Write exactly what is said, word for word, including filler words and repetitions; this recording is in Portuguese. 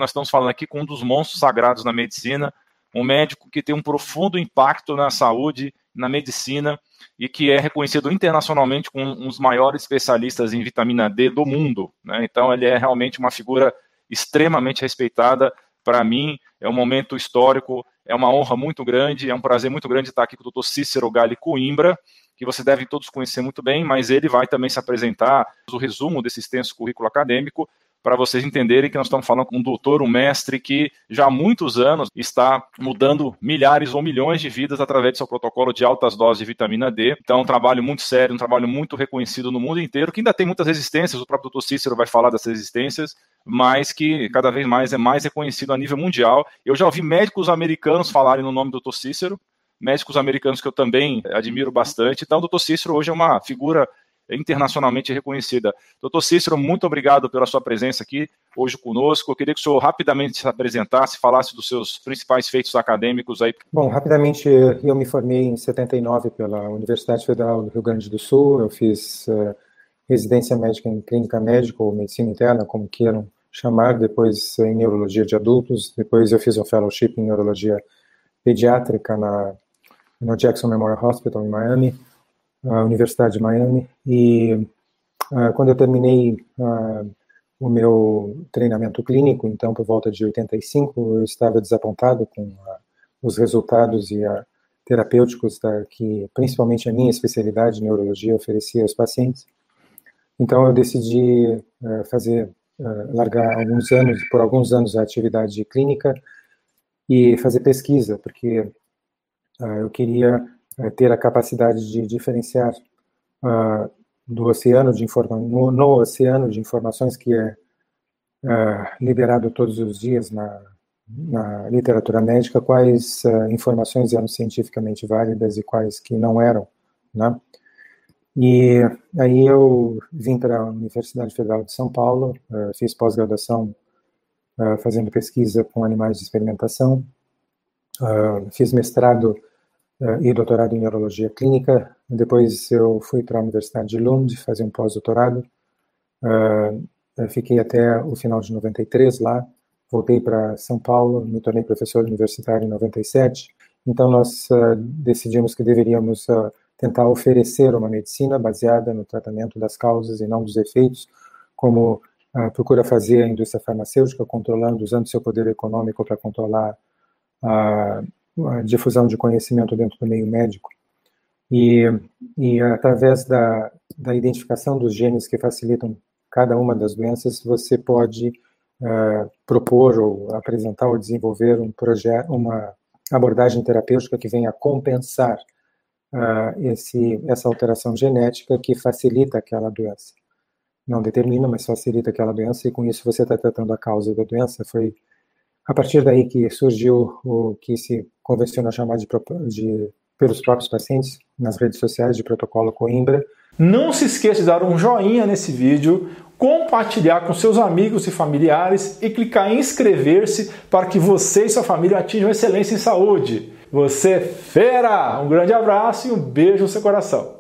nós estamos falando aqui com um dos monstros sagrados na medicina, um médico que tem um profundo impacto na saúde, na medicina, e que é reconhecido internacionalmente como um dos maiores especialistas em vitamina D do mundo, né? Então ele é realmente uma figura extremamente respeitada. Para mim, é um momento histórico, é uma honra muito grande, é um prazer muito grande estar aqui com o doutor Cícero Galli Coimbra, que vocês devem todos conhecer muito bem, mas ele vai também se apresentar, o resumo desse extenso currículo acadêmico, para vocês entenderem que nós estamos falando com um doutor, um mestre que já há muitos anos está mudando milhares ou milhões de vidas através do seu protocolo de altas doses de vitamina D. Então é um trabalho muito sério, um trabalho muito reconhecido no mundo inteiro, que ainda tem muitas resistências, o próprio doutor Cícero vai falar dessas resistências, mas que cada vez mais é mais reconhecido a nível mundial. Eu já ouvi médicos americanos falarem no nome do doutor Cícero, médicos americanos que eu também admiro bastante. Então o doutor Cícero hoje é uma figura internacionalmente reconhecida. doutor Cícero, muito obrigado pela sua presença aqui hoje conosco. Eu queria que o senhor rapidamente se apresentasse, falasse dos seus principais feitos acadêmicos aí. Bom, rapidamente, eu me formei em setenta e nove pela Universidade Federal do Rio Grande do Sul. Eu fiz uh, residência médica em clínica médica ou medicina interna, como queiram chamar, depois em neurologia de adultos, depois eu fiz um fellowship em neurologia pediátrica na, no Jackson Memorial Hospital em Miami, a Universidade de Miami, e uh, quando eu terminei uh, o meu treinamento clínico, então por volta de oitenta e cinco, eu estava desapontado com uh, os resultados e uh, terapêuticos da, que principalmente a minha especialidade, neurologia, oferecia aos pacientes. Então eu decidi uh, fazer, uh, largar alguns anos, por alguns anos a atividade clínica e fazer pesquisa, porque uh, eu queria ter a capacidade de diferenciar uh, do oceano de informa no, no oceano de informações que é uh, liberado todos os dias na, na literatura médica, quais uh, informações eram cientificamente válidas e quais que não eram, né? E aí eu vim para a Universidade Federal de São Paulo, uh, fiz pós-graduação uh, fazendo pesquisa com animais de experimentação, uh, fiz mestrado e doutorado em neurologia clínica. Depois eu fui para a Universidade de Lund fazer um pós-doutorado. Uh, fiquei até o final de noventa e três lá. Voltei para São Paulo, me tornei professor universitário em noventa e sete. Então nós uh, decidimos que deveríamos uh, tentar oferecer uma medicina baseada no tratamento das causas e não dos efeitos, como uh, procura fazer a indústria farmacêutica, controlando, usando seu poder econômico para controlar a uh, a difusão de conhecimento dentro do meio médico, e, e através da, da identificação dos genes que facilitam cada uma das doenças, você pode uh, propor ou apresentar ou desenvolver um projeto, uma abordagem terapêutica que venha compensar uh, esse, essa alteração genética que facilita aquela doença. Não determina, mas facilita aquela doença, e com isso você está tratando a causa da doença. Foi a partir daí que surgiu o que se convenciona chamar de, de, pelos próprios pacientes, nas redes sociais, de protocolo Coimbra. Não se esqueça de dar um joinha nesse vídeo, compartilhar com seus amigos e familiares e clicar em inscrever-se para que você e sua família atinjam excelência em saúde. Você é fera! Um grande abraço e um beijo no seu coração.